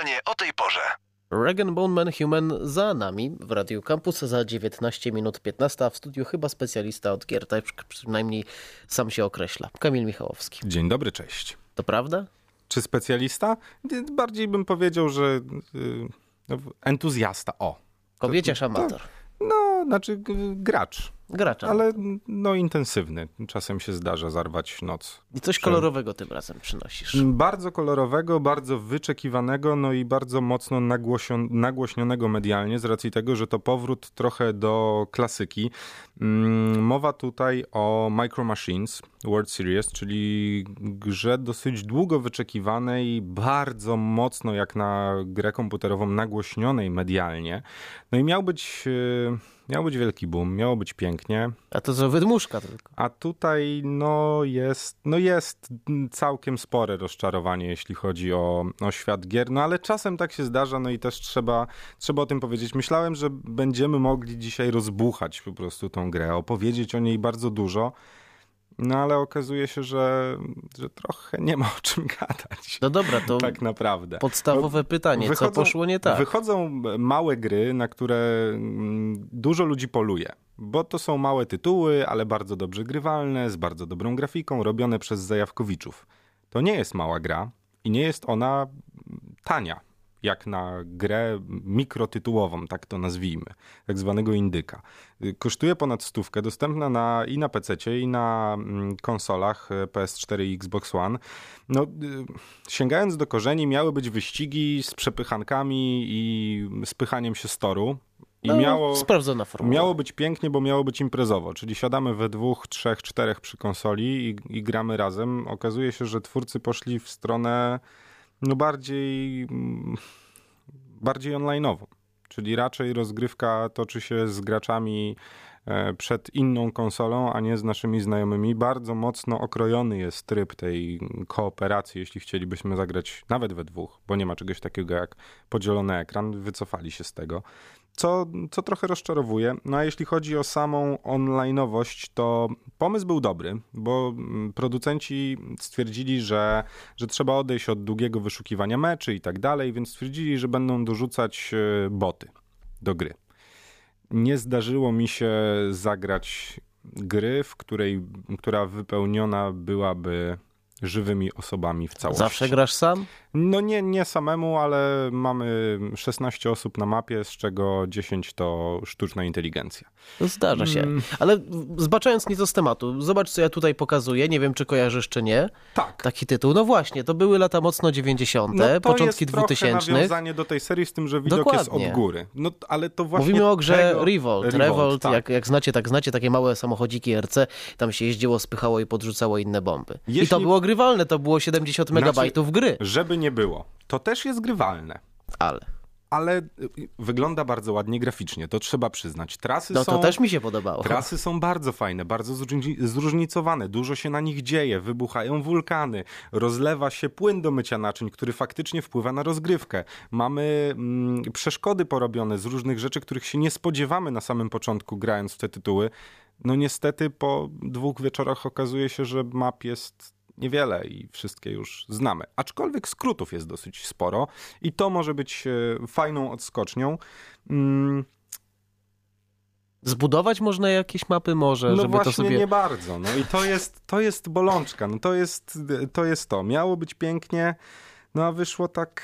granie o tej porze. Rag & Bone Man Human za nami w Radiu Campus za 19 minut 15, a w studiu chyba specjalista od gier, tak przynajmniej sam się określa. Kamil Michałowski. Dzień dobry, cześć. To prawda? Czy specjalista? Bardziej bym powiedział, że entuzjasta. O. Kobieciarz amator. Znaczy gracz. Gracza. Ale intensywny. Czasem się zdarza zarwać noc. I coś kolorowego tym razem przynosisz. Bardzo kolorowego, bardzo wyczekiwanego, i bardzo mocno nagłośnionego medialnie, z racji tego, że to powrót trochę do klasyki. Mowa tutaj o Micro Machines World Series, czyli grze dosyć długo wyczekiwanej, bardzo mocno jak na grę komputerową nagłośnionej medialnie. I miał być wielki boom, miało być pięknie. A to za wydmuszka tylko. A tutaj jest całkiem spore rozczarowanie, jeśli chodzi o świat gier, ale czasem tak się zdarza, i też trzeba o tym powiedzieć. Myślałem, że będziemy mogli dzisiaj rozbuchać po prostu tą grę, opowiedzieć o niej bardzo dużo, ale okazuje się, że trochę nie ma o czym gadać. No dobra, to tak naprawdę. Podstawowe pytanie, co poszło nie tak? Wychodzą małe gry, na które dużo ludzi poluje, bo to są małe tytuły, ale bardzo dobrze grywalne, z bardzo dobrą grafiką, robione przez zajawkowiczów. To nie jest mała gra i nie jest ona tania, jak na grę mikrotytułową, tak to nazwijmy, tak zwanego indyka. Kosztuje ponad 100, dostępna i na PC-cie, i na konsolach PS4 i Xbox One. Sięgając do korzeni, miały być wyścigi z przepychankami i spychaniem się z toru. I sprawdzona formuła. Miało być pięknie, bo miało być imprezowo, czyli siadamy we 2, 3, 4 przy konsoli i gramy razem. Okazuje się, że twórcy poszli w stronę bardziej online'ową, czyli raczej rozgrywka toczy się z graczami przed inną konsolą, a nie z naszymi znajomymi. Bardzo mocno okrojony jest tryb tej kooperacji, jeśli chcielibyśmy zagrać nawet we 2, bo nie ma czegoś takiego jak podzielony ekran, wycofali się z tego. Co trochę rozczarowuje. A jeśli chodzi o samą online'owość, to pomysł był dobry, bo producenci stwierdzili, że trzeba odejść od długiego wyszukiwania meczy i tak dalej, więc stwierdzili, że będą dorzucać boty do gry. Nie zdarzyło mi się zagrać gry, która wypełniona byłaby żywymi osobami w całości. Zawsze grasz sam? Nie samemu, ale mamy 16 osób na mapie, z czego 10 to sztuczna inteligencja. Zdarza się. Ale zbaczając nieco z tematu, zobacz, co ja tutaj pokazuję. Nie wiem, czy kojarzysz, czy nie. Tak. Taki tytuł. No właśnie, to były lata mocno 90., początki 2000. To jest nawiązanie do tej serii, z tym, że widok jest od góry. Ale to właśnie mówimy o grze Revolt. Tak. Jak znacie, tak znacie. Takie małe samochodziki RC. Tam się jeździło, spychało i podrzucało inne bomby. I to było grywalne. To było 70 megabajtów gry. Żeby nie było. To też jest grywalne. Ale wygląda bardzo ładnie graficznie, to trzeba przyznać. To też mi się podobało. Trasy są bardzo fajne, bardzo zróżnicowane, dużo się na nich dzieje, wybuchają wulkany, rozlewa się płyn do mycia naczyń, który faktycznie wpływa na rozgrywkę. Mamy przeszkody porobione z różnych rzeczy, których się nie spodziewamy na samym początku, grając w te tytuły. Niestety po 2 wieczorach okazuje się, że map jest niewiele i wszystkie już znamy. Aczkolwiek skrótów jest dosyć sporo i to może być fajną odskocznią. Zbudować można jakieś mapy może, żeby właśnie to sobie... nie bardzo. I to jest bolączka. To jest to. Miało być pięknie, a wyszło tak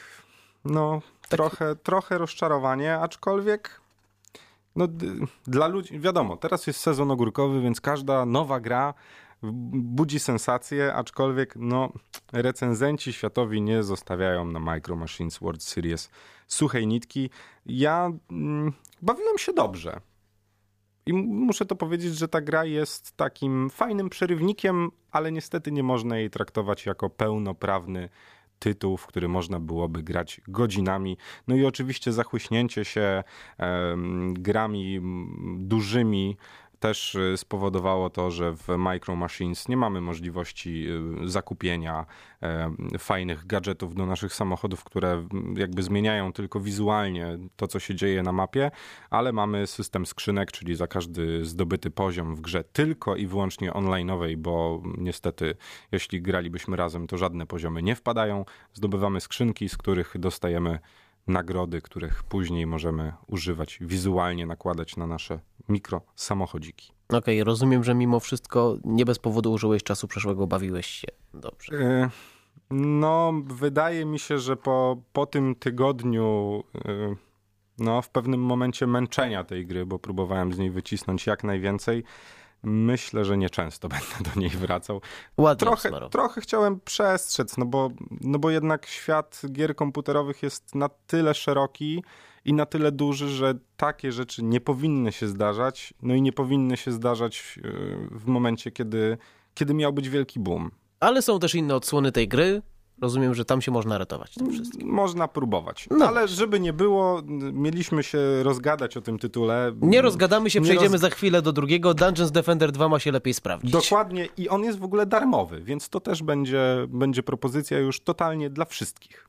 trochę rozczarowanie, aczkolwiek dla ludzi, wiadomo, teraz jest sezon ogórkowy, więc każda nowa gra budzi sensację, aczkolwiek recenzenci światowi nie zostawiają na Micro Machines World Series suchej nitki. Ja bawiłem się dobrze. I muszę to powiedzieć, że ta gra jest takim fajnym przerywnikiem, ale niestety nie można jej traktować jako pełnoprawny tytuł, w który można byłoby grać godzinami. I oczywiście zachłyśnięcie się grami dużymi też spowodowało to, że w Micro Machines nie mamy możliwości zakupienia fajnych gadżetów do naszych samochodów, które jakby zmieniają tylko wizualnie to, co się dzieje na mapie, ale mamy system skrzynek, czyli za każdy zdobyty poziom w grze tylko i wyłącznie online'owej, bo niestety jeśli gralibyśmy razem, to żadne poziomy nie wpadają. Zdobywamy skrzynki, z których dostajemy nagrody, których później możemy używać, wizualnie nakładać na nasze mikro samochodziki. Okej, rozumiem, że mimo wszystko nie bez powodu użyłeś czasu przeszłego, bawiłeś się dobrze. No, wydaje mi się, że po tym tygodniu w pewnym momencie męczenia tej gry, bo próbowałem z niej wycisnąć jak najwięcej, myślę, że nieczęsto będę do niej wracał. Ładnie Trochę chciałem przestrzec, no bo jednak świat gier komputerowych jest na tyle szeroki i na tyle duży, że takie rzeczy nie powinny się zdarzać, no i nie powinny się zdarzać w momencie, kiedy miał być wielki boom. Ale są też inne odsłony tej gry. Rozumiem, że tam się można ratować tym wszystkim. Można próbować. No ale żeby nie było, mieliśmy się rozgadać o tym tytule. Nie rozgadamy się, przejdziemy za chwilę do drugiego. Dungeons Defender 2 ma się lepiej sprawdzić. Dokładnie i on jest w ogóle darmowy, więc to też będzie propozycja już totalnie dla wszystkich.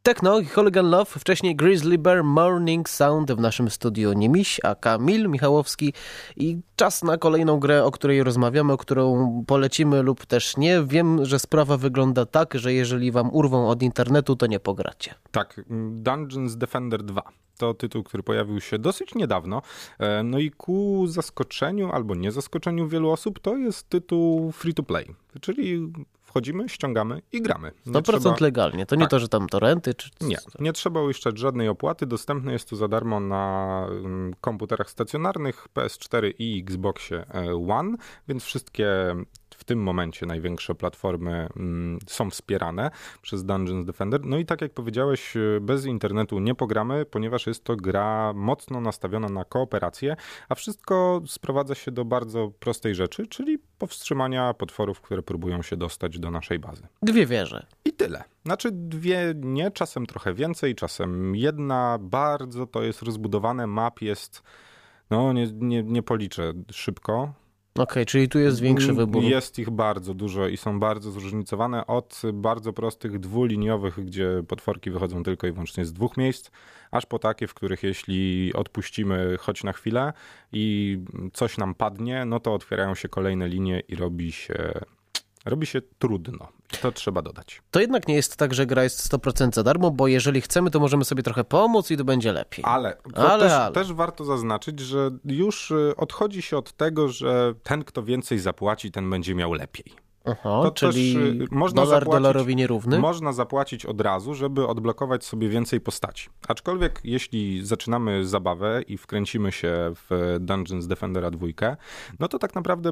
Techno i Hooligan Love, wcześniej Grizzly Bear, Morning Sound w naszym studiu nie Miś, a Kamil Michałowski i czas na kolejną grę, o której rozmawiamy, o którą polecimy lub też nie. Wiem, że sprawa wygląda tak, że jeżeli wam urwą od internetu, to nie pogracie. Tak, Dungeons Defender 2. To tytuł, który pojawił się dosyć niedawno. No i ku zaskoczeniu albo nie zaskoczeniu wielu osób, to jest tytuł free to play. Czyli wchodzimy, ściągamy i gramy. 100% legalnie. To nie to, że tam torenty czy... Nie trzeba uiszczać żadnej opłaty. Dostępne jest to za darmo na komputerach stacjonarnych, PS4 i Xboxie One, więc wszystkie w tym momencie największe platformy są wspierane przez Dungeons Defender. No i tak jak powiedziałeś, bez internetu nie pogramy, ponieważ jest to gra mocno nastawiona na kooperację, a wszystko sprowadza się do bardzo prostej rzeczy, czyli powstrzymania potworów, które próbują się dostać do naszej bazy. 2 wieże. I tyle. Znaczy 2 nie, czasem trochę więcej, czasem 1. Bardzo to jest rozbudowane. Map jest, no nie policzę szybko. Okej, czyli tu jest większy wybór. Jest ich bardzo dużo i są bardzo zróżnicowane, od bardzo prostych dwuliniowych, gdzie potworki wychodzą tylko i wyłącznie z 2 miejsc, aż po takie, w których jeśli odpuścimy choć na chwilę i coś nam padnie, no to otwierają się kolejne linie i robi się trudno. To trzeba dodać. To jednak nie jest tak, że gra jest 100% za darmo, bo jeżeli chcemy, to możemy sobie trochę pomóc i to będzie lepiej. Ale też warto zaznaczyć, że już odchodzi się od tego, że ten, kto więcej zapłaci, ten będzie miał lepiej. Aha, czyli dolar dolarowi nierówny? Można zapłacić od razu, żeby odblokować sobie więcej postaci. Aczkolwiek jeśli zaczynamy zabawę i wkręcimy się w Dungeons Defendera 2, no to tak naprawdę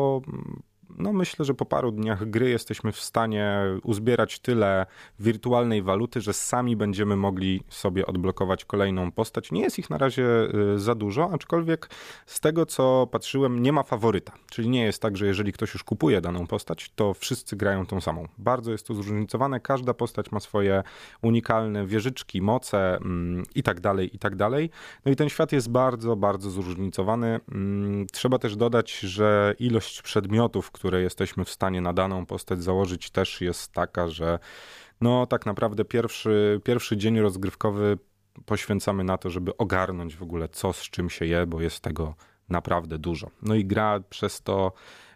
myślę, że po paru dniach gry jesteśmy w stanie uzbierać tyle wirtualnej waluty, że sami będziemy mogli sobie odblokować kolejną postać. Nie jest ich na razie za dużo, aczkolwiek z tego, co patrzyłem, nie ma faworyta. Czyli nie jest tak, że jeżeli ktoś już kupuje daną postać, to wszyscy grają tą samą. Bardzo jest to zróżnicowane. Każda postać ma swoje unikalne wieżyczki, moce i tak dalej, i tak dalej. No i ten świat jest bardzo, bardzo zróżnicowany. Trzeba też dodać, że ilość przedmiotów, które jesteśmy w stanie na daną postać założyć, też jest taka, że no tak naprawdę pierwszy dzień rozgrywkowy poświęcamy na to, żeby ogarnąć w ogóle co z czym się je, bo jest tego naprawdę dużo. No i gra przez to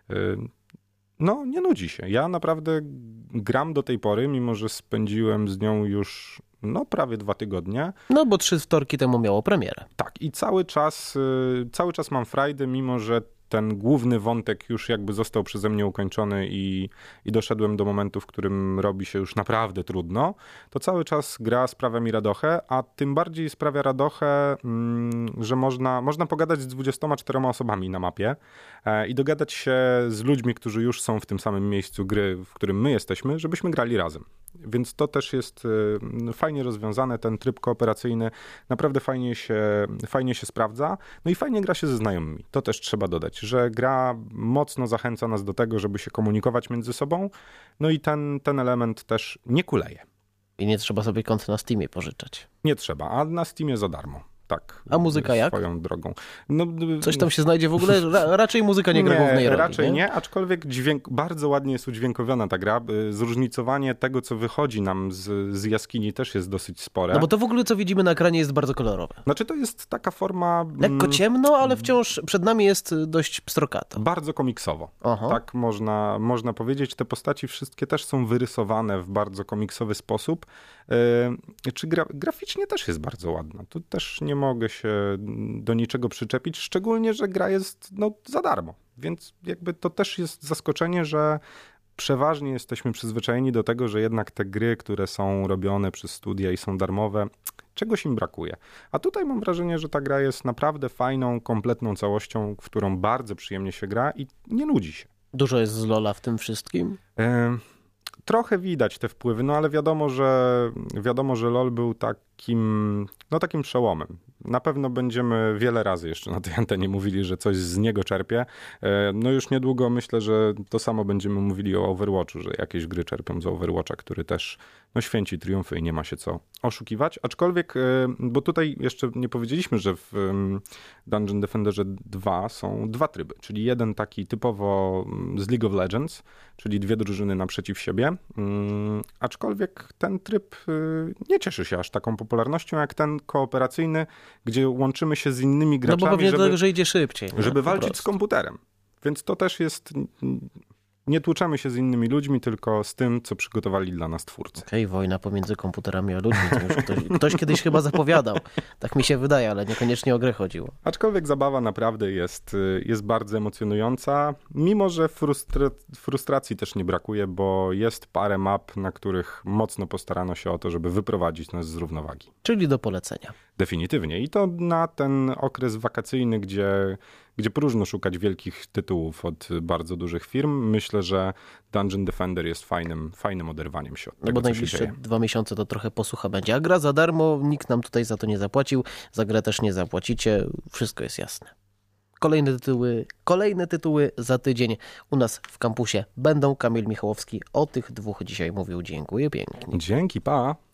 nie nudzi się. Ja naprawdę gram do tej pory, mimo że spędziłem z nią już prawie 2 tygodnie. No bo 3 wtorki temu miało premierę. Tak, i cały czas mam frajdę, mimo że ten główny wątek już jakby został przeze mnie ukończony i doszedłem do momentu, w którym robi się już naprawdę trudno, to cały czas gra sprawia mi radochę, a tym bardziej sprawia radochę, że można pogadać z 24 osobami na mapie i dogadać się z ludźmi, którzy już są w tym samym miejscu gry, w którym my jesteśmy, żebyśmy grali razem. Więc to też jest fajnie rozwiązane, ten tryb kooperacyjny naprawdę fajnie się sprawdza. No i fajnie gra się ze znajomymi. To też trzeba dodać, że gra mocno zachęca nas do tego, żeby się komunikować między sobą. No i ten element też nie kuleje. I nie trzeba sobie kont na Steamie pożyczać. Nie trzeba, a na Steamie za darmo. Tak. A muzyka jak? Swoją drogą. Coś tam się znajdzie w ogóle? Raczej muzyka nie gra głównej roli. Raczej nie, aczkolwiek bardzo ładnie jest udźwiękowiona ta gra. Zróżnicowanie tego, co wychodzi nam z jaskini, też jest dosyć spore. No bo to w ogóle, co widzimy na ekranie, jest bardzo kolorowe. Znaczy to jest taka forma... Lekko ciemno, ale wciąż przed nami jest dość pstrokato. Bardzo komiksowo. Aha. Tak można powiedzieć. Te postaci wszystkie też są wyrysowane w bardzo komiksowy sposób. Czy graficznie też jest bardzo ładna. Tu też nie mogę się do niczego przyczepić, szczególnie, że gra jest za darmo. Więc jakby to też jest zaskoczenie, że przeważnie jesteśmy przyzwyczajeni do tego, że jednak te gry, które są robione przez studia i są darmowe, czegoś im brakuje. A tutaj mam wrażenie, że ta gra jest naprawdę fajną, kompletną całością, w którą bardzo przyjemnie się gra i nie nudzi się. Dużo jest z LoL'a w tym wszystkim? Trochę widać te wpływy, ale wiadomo, że LoL był takim przełomem. Na pewno będziemy wiele razy jeszcze na tej antenie mówili, że coś z niego czerpie. No już niedługo myślę, że to samo będziemy mówili o Overwatchu, że jakieś gry czerpią z Overwatcha, który też święci triumfy i nie ma się co oszukiwać. Aczkolwiek, bo tutaj jeszcze nie powiedzieliśmy, że w Dungeon Defenderze 2 są dwa tryby, czyli jeden taki typowo z League of Legends, czyli dwie drużyny naprzeciw siebie. Aczkolwiek ten tryb nie cieszy się aż taką popularnością jak ten kooperacyjny, gdzie łączymy się z innymi graczami, no bo pewnie dlatego, że idzie szybciej. Żeby walczyć z komputerem. Więc to też jest... Nie tłuczemy się z innymi ludźmi, tylko z tym, co przygotowali dla nas twórcy. Okej, wojna pomiędzy komputerami a ludźmi. To już ktoś kiedyś chyba zapowiadał. Tak mi się wydaje, ale niekoniecznie o grę chodziło. Aczkolwiek zabawa naprawdę jest bardzo emocjonująca, mimo że frustracji też nie brakuje, bo jest parę map, na których mocno postarano się o to, żeby wyprowadzić nas z równowagi. Czyli do polecenia. Definitywnie. I to na ten okres wakacyjny, gdzie próżno szukać wielkich tytułów od bardzo dużych firm. Myślę, że Dungeon Defender jest fajnym oderwaniem się od tego, bo najbliższe 2 miesiące to trochę posłucha będzie. A gra za darmo, nikt nam tutaj za to nie zapłacił, za grę też nie zapłacicie, wszystko jest jasne. Kolejne tytuły za tydzień u nas w kampusie będą. Kamil Michałowski o tych dwóch dzisiaj mówił. Dziękuję pięknie. Dzięki, pa!